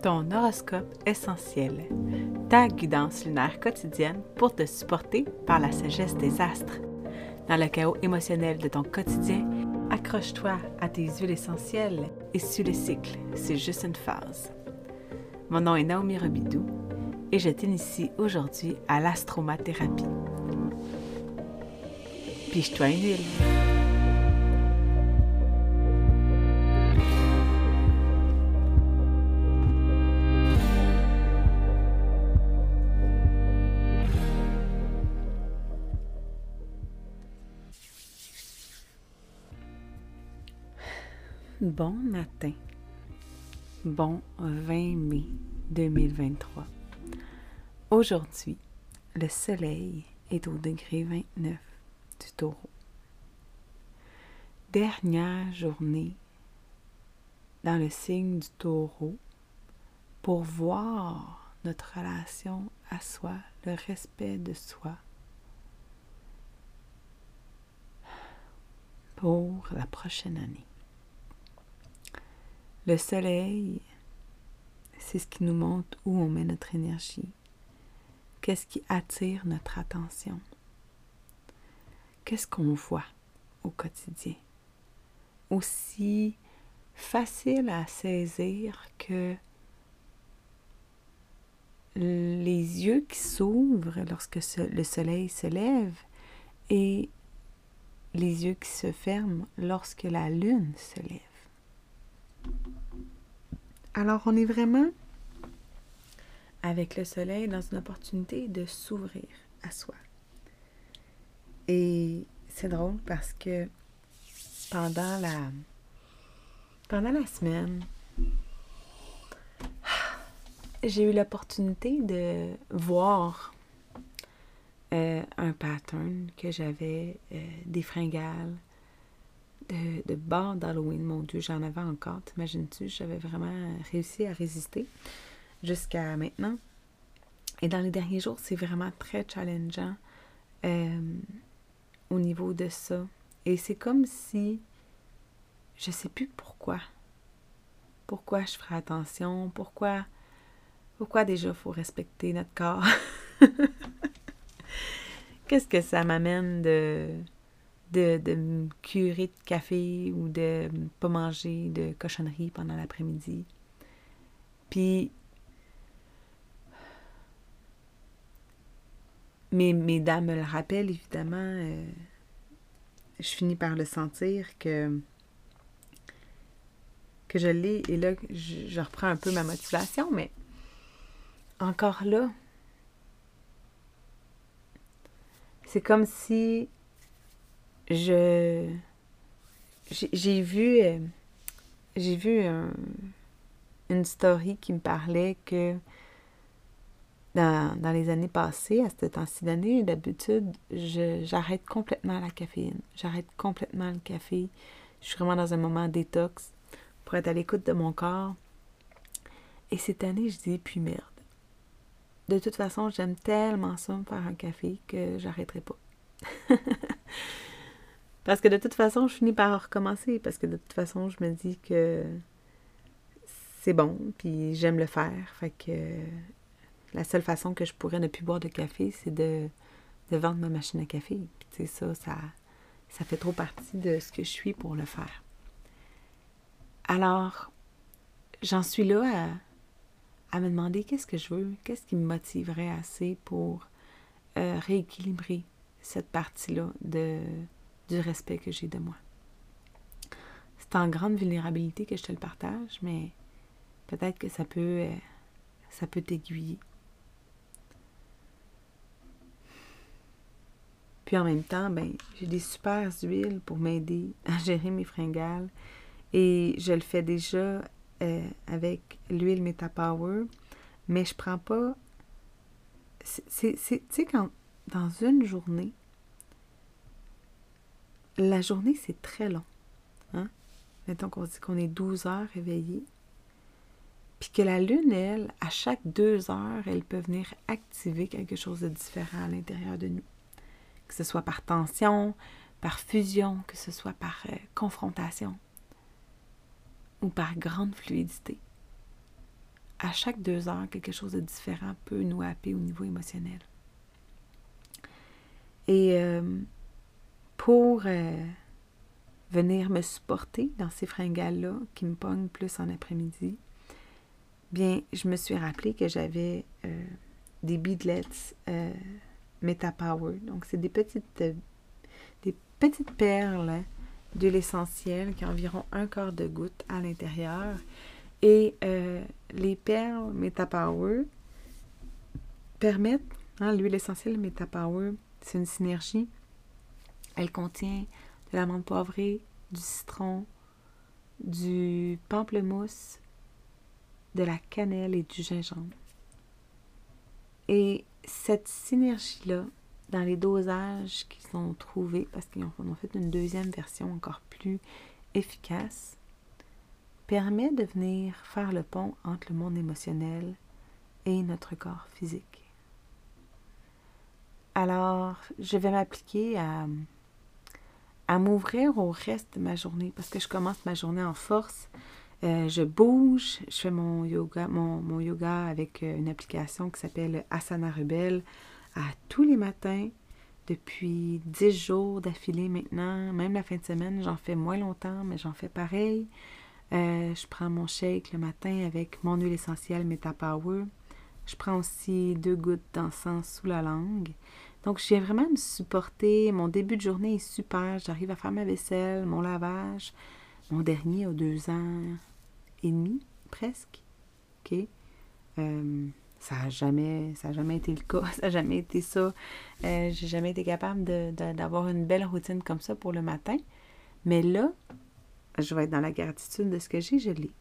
Ton horoscope essentiel, ta guidance lunaire quotidienne pour te supporter par la sagesse des astres. Dans le chaos émotionnel de ton quotidien, accroche-toi à tes huiles essentielles et suis le cycle, c'est juste une phase. Mon nom est Naomi Robidoux et je t'initie aujourd'hui à l'astromathérapie. Piche-toi une huile. Bon matin, bon 20 mai 2023. Aujourd'hui, le soleil est au degré 29 du Taureau. Dernière journée dans le signe du Taureau pour voir notre relation à soi, le respect de soi pour la prochaine année. Le soleil, c'est ce qui nous montre où on met notre énergie. Qu'est-ce qui attire notre attention? Qu'est-ce qu'on voit au quotidien? Aussi facile à saisir que les yeux qui s'ouvrent lorsque le soleil se lève et les yeux qui se ferment lorsque la lune se lève. Alors, on est vraiment avec le soleil dans une opportunité de s'ouvrir à soi. Et c'est drôle parce que pendant la semaine, j'ai eu l'opportunité de voir un pattern que j'avais, des fringales, de bord d'Halloween. Mon Dieu, j'en avais encore, t'imagines-tu? J'avais vraiment réussi à résister jusqu'à maintenant. Et dans les derniers jours, c'est vraiment très challengeant au niveau de ça. Et c'est comme si, je sais plus pourquoi je ferai attention, pourquoi déjà il faut respecter notre corps. Qu'est-ce que ça m'amène de me curer de café ou de ne pas manger de cochonneries pendant l'après-midi. Puis, mes dames me le rappellent, évidemment. Je finis par le sentir que je l'ai. Et là, je reprends un peu ma motivation, mais encore là, c'est comme si j'ai vu une story qui me parlait que dans les années passées, à ce temps-ci d'année, d'habitude, j'arrête complètement la caféine. J'arrête complètement le café. Je suis vraiment dans un moment détox pour être à l'écoute de mon corps. Et cette année, je dis, puis merde. De toute façon, j'aime tellement ça, me faire un café, que j'arrêterai pas. Parce que de toute façon, je finis par recommencer. Parce que de toute façon, je me dis que c'est bon, puis j'aime le faire. Fait que la seule façon que je pourrais ne plus boire de café, c'est de vendre ma machine à café. Puis tu sais, ça fait trop partie de ce que je suis pour le faire. Alors, j'en suis là à me demander qu'est-ce que je veux, qu'est-ce qui me motiverait assez pour rééquilibrer cette partie-là du respect que j'ai de moi. C'est en grande vulnérabilité que je te le partage, mais peut-être que ça peut t'aiguiller. Puis en même temps, j'ai des super huiles pour m'aider à gérer mes fringales. Et je le fais déjà avec l'huile MetaPower, mais je prends pas... Tu sais, quand dans une journée, la journée, c'est très long. Hein? Mettons qu'on dit qu'on est 12 heures réveillés. Puis que la lune, elle, à chaque 2 heures, elle peut venir activer quelque chose de différent à l'intérieur de nous. Que ce soit par tension, par fusion, que ce soit par confrontation ou par grande fluidité. à chaque 2 heures, quelque chose de différent peut nous happer au niveau émotionnel. Et pour venir me supporter dans ces fringales-là qui me pognent plus en après-midi, bien, je me suis rappelé que j'avais des beadlets Metapower. Donc, c'est des petites perles d'huile essentielle qui ont environ 1/4 de goutte à l'intérieur. Et les perles Metapower permettent, l'huile essentielle Metapower, c'est une synergie. Elle contient de l'amande poivrée, du citron, du pamplemousse, de la cannelle et du gingembre. Et cette synergie-là, dans les dosages qu'ils ont trouvés, parce qu'ils ont fait une deuxième version encore plus efficace, permet de venir faire le pont entre le monde émotionnel et notre corps physique. Alors, je vais m'appliquer à m'ouvrir au reste de ma journée, parce que je commence ma journée en force. Je bouge, je fais mon yoga avec une application qui s'appelle Asana Rebelle à tous les matins, depuis 10 jours d'affilée maintenant. Même la fin de semaine, j'en fais moins longtemps, mais j'en fais pareil. Je prends mon shake le matin avec mon huile essentielle Metapower. Je prends aussi 2 gouttes d'encens sous la langue. Donc, je viens vraiment me supporter. Mon début de journée est super. J'arrive à faire ma vaisselle, mon lavage. Mon dernier a 2 ans et demi, presque. OK? Ça n'a jamais été le cas. Ça n'a jamais été ça. J'ai jamais été capable d'avoir une belle routine comme ça pour le matin. Mais là, je vais être dans la gratitude de ce que j'ai, je l'ai.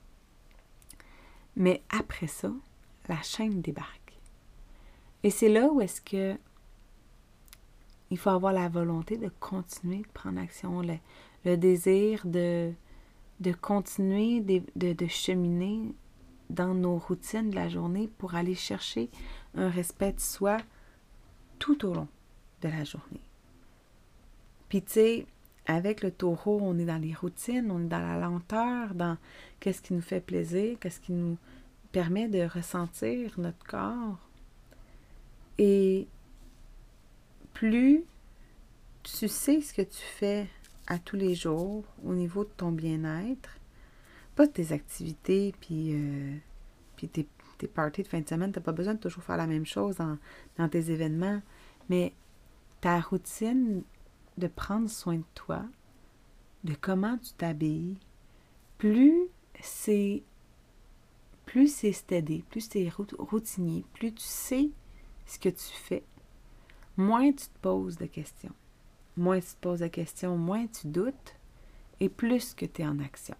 Mais après ça, la chaîne débarque. Et c'est là où est-ce que il faut avoir la volonté de continuer de prendre action, le désir de continuer de cheminer dans nos routines de la journée pour aller chercher un respect de soi tout au long de la journée. Puis tu sais, avec le taureau, on est dans les routines, on est dans la lenteur, dans qu'est-ce qui nous fait plaisir, qu'est-ce qui nous permet de ressentir notre corps. Et plus tu sais ce que tu fais à tous les jours au niveau de ton bien-être, pas de tes activités, puis tes parties de fin de semaine, tu n'as pas besoin de toujours faire la même chose dans tes événements, mais ta routine de prendre soin de toi, de comment tu t'habilles, plus c'est steady, plus c'est routinier, plus tu sais ce que tu fais, moins tu te poses de questions. Moins tu te poses de questions, moins tu doutes, et plus que tu es en action.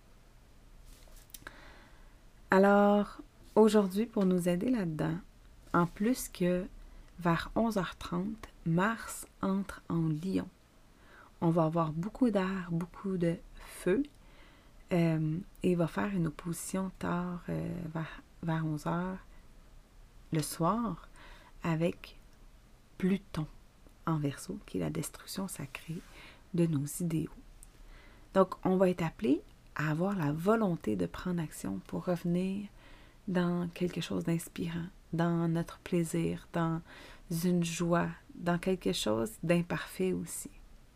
Alors, aujourd'hui, pour nous aider là-dedans, en plus que vers 11h30, Mars entre en Lion. On va avoir beaucoup d'air, beaucoup de feu, et il va faire une opposition tard vers 11h le soir avec Pluton en Verseau, qui est la destruction sacrée de nos idéaux. Donc, on va être appelé à avoir la volonté de prendre action pour revenir dans quelque chose d'inspirant, dans notre plaisir, dans une joie, dans quelque chose d'imparfait aussi.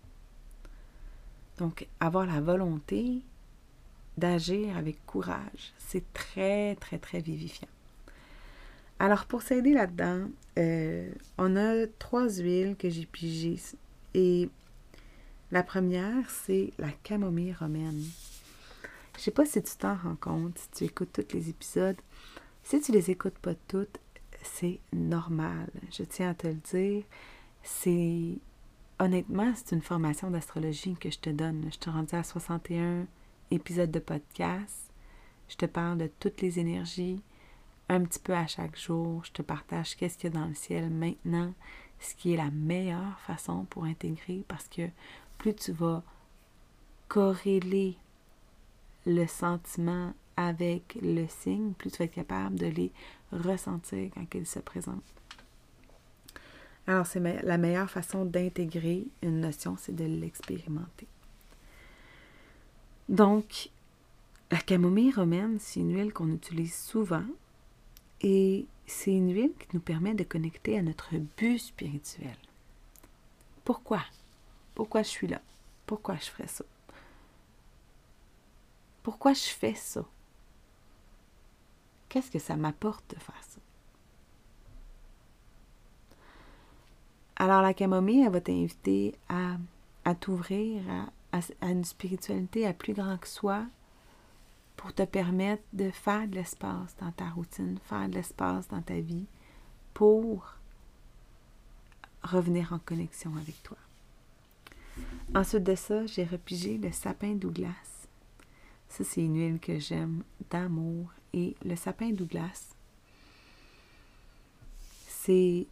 Donc, avoir la volonté d'agir avec courage, c'est très, très, très vivifiant. Alors, pour s'aider là-dedans, on a 3 huiles que j'ai pigées. Et la première, c'est la camomille romaine. Je ne sais pas si tu t'en rends compte, si tu écoutes tous les épisodes. Si tu les écoutes pas toutes, c'est normal. Je tiens à te le dire. Honnêtement, c'est une formation d'astrologie que je te donne. Je te rendais à 61 épisodes de podcast. Je te parle de toutes les énergies, un petit peu à chaque jour. Je te partage qu'est-ce qu'il y a dans le ciel maintenant, ce qui est la meilleure façon pour intégrer, parce que plus tu vas corréler le sentiment avec le signe, plus tu vas être capable de les ressentir quand ils se présentent. Alors, c'est la meilleure façon d'intégrer une notion, c'est de l'expérimenter. Donc, La camomille romaine, c'est une huile qu'on utilise souvent et c'est une huile qui nous permet de connecter à notre but spirituel. Pourquoi? Pourquoi je suis là? Pourquoi je ferais ça? Pourquoi je fais ça? Qu'est-ce que ça m'apporte de faire ça? Alors la camomille, elle va t'inviter à t'ouvrir à une spiritualité à plus grand que soi pour te permettre de faire de l'espace dans ta routine, faire de l'espace dans ta vie pour revenir en connexion avec toi. Ensuite de ça, j'ai repigé le sapin Douglas. Ça, c'est une huile que j'aime d'amour. Et le sapin Douglas, c'est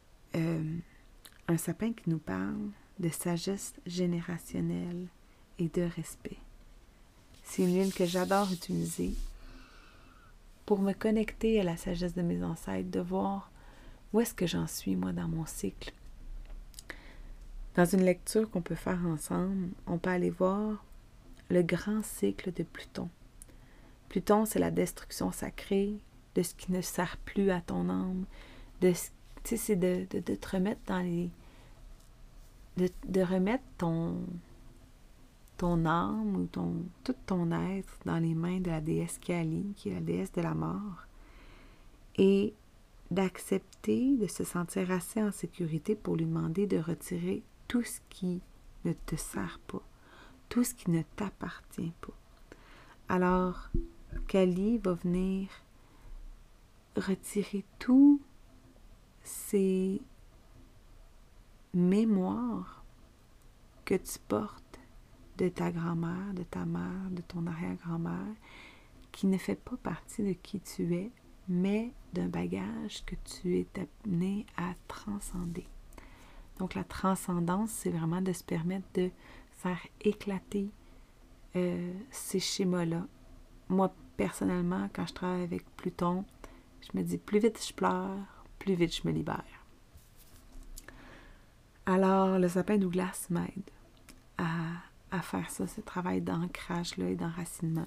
un sapin qui nous parle de sagesse générationnelle et de respect. C'est une huile que j'adore utiliser pour me connecter à la sagesse de mes ancêtres, de voir où est-ce que j'en suis, moi, dans mon cycle. Dans une lecture qu'on peut faire ensemble, on peut aller voir le grand cycle de Pluton. Pluton, c'est la destruction sacrée de ce qui ne sert plus à ton âme. C'est de te remettre dans les... De remettre ton âme ou tout ton être dans les mains de la déesse Kali, qui est la déesse de la mort, et d'accepter, de se sentir assez en sécurité pour lui demander de retirer tout ce qui ne te sert pas, tout ce qui ne t'appartient pas. Alors, Kali va venir retirer tous ces mémoires que tu portes de ta grand-mère, de ta mère, de ton arrière-grand-mère, qui ne fait pas partie de qui tu es, mais d'un bagage que tu es amené à transcender. Donc la transcendance, c'est vraiment de se permettre de faire éclater ces schémas-là. Moi, personnellement, quand je travaille avec Pluton, je me dis plus vite je pleure, plus vite je me libère. Alors, le sapin Douglas m'aide à faire ça, ce travail d'ancrage-là et d'enracinement.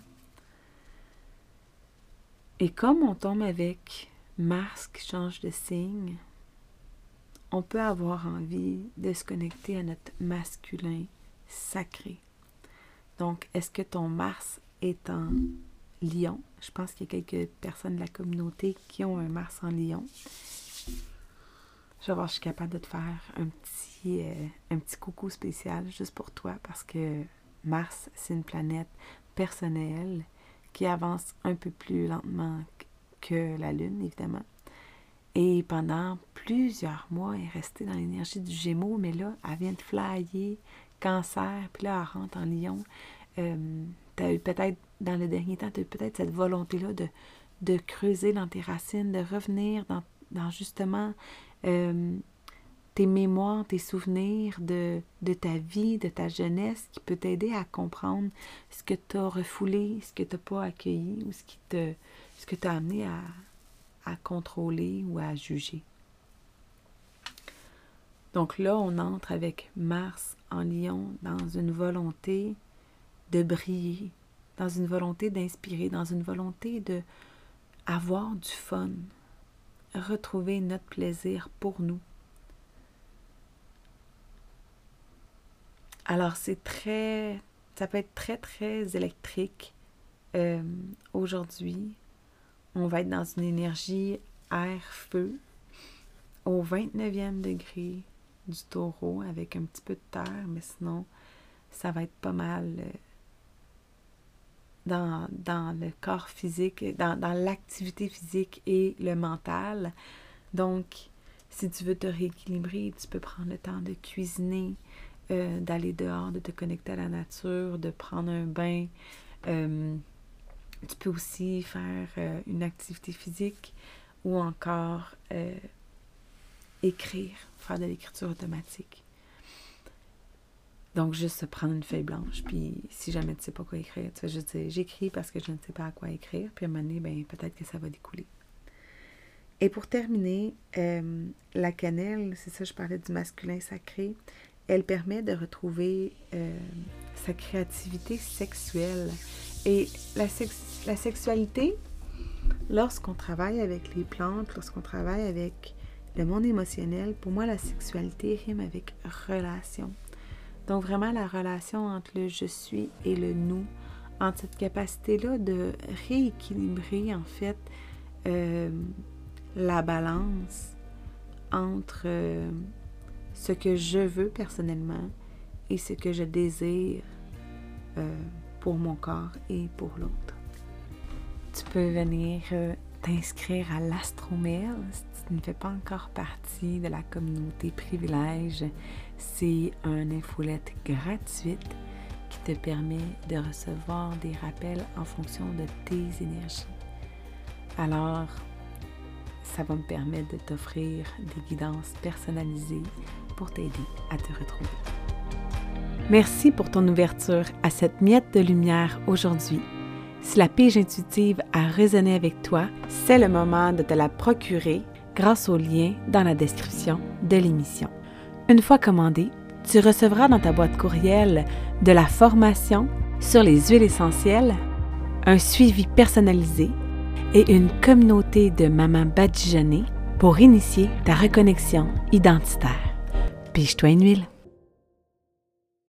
Et comme on tombe avec Mars qui change de signe, on peut avoir envie de se connecter à notre masculin sacré. Donc, est-ce que ton Mars est en Lion? Je pense qu'il y a quelques personnes de la communauté qui ont un Mars en Lion. Je vais voir si je suis capable de te faire un petit coucou spécial juste pour toi, parce que Mars, c'est une planète personnelle qui avance un peu plus lentement que la Lune, évidemment. Et pendant plusieurs mois, elle est restée dans l'énergie du Gémeaux, mais là, elle vient de flyer Cancer, puis là, elle rentre en Lion. Tu as eu peut-être, dans le dernier temps, tu as eu peut-être cette volonté-là de creuser dans tes racines, de revenir dans justement tes mémoires, tes souvenirs de ta vie, de ta jeunesse, qui peut t'aider à comprendre ce que tu as refoulé, ce que tu n'as pas accueilli, ou ce que tu as amené à contrôler ou à juger. Donc là, on entre avec Mars en Lion dans une volonté de briller, dans une volonté d'inspirer, dans une volonté de avoir du fun, retrouver notre plaisir pour nous. Alors ça peut être très, très électrique. Aujourd'hui, on va être dans une énergie air-feu au 29e degré du Taureau avec un petit peu de terre, mais sinon, ça va être pas mal dans le corps physique, dans l'activité physique et le mental. Donc, si tu veux te rééquilibrer, tu peux prendre le temps de cuisiner, d'aller dehors, de te connecter à la nature, de prendre un bain. Tu peux aussi faire une activité physique ou encore écrire, faire de l'écriture automatique. Donc, juste se prendre une feuille blanche, puis si jamais tu ne sais pas quoi écrire, tu vas juste dire « j'écris parce que je ne sais pas à quoi écrire », puis à un moment donné, ben, peut-être que ça va découler. Et pour terminer, la cannelle, c'est ça, je parlais du masculin sacré, elle permet de retrouver sa créativité sexuelle Et la sexualité, lorsqu'on travaille avec les plantes, lorsqu'on travaille avec le monde émotionnel, pour moi, la sexualité rime avec relation. Donc, vraiment, la relation entre le « je suis » et le « nous », entre cette capacité-là de rééquilibrer, en fait, la balance entre ce que je veux personnellement et ce que je désire pour mon corps et pour l'autre. Tu peux venir t'inscrire à l'Astromel si tu ne fais pas encore partie de la communauté Privilège. C'est une infolette gratuite qui te permet de recevoir des rappels en fonction de tes énergies. Alors, ça va me permettre de t'offrir des guidances personnalisées pour t'aider à te retrouver. Merci pour ton ouverture à cette miette de lumière aujourd'hui. Si la pige intuitive a résonné avec toi, c'est le moment de te la procurer grâce au lien dans la description de l'émission. Une fois commandée, tu recevras dans ta boîte courriel de la formation sur les huiles essentielles, un suivi personnalisé et une communauté de mamans badigeonnées pour initier ta reconnexion identitaire. Pige-toi une huile.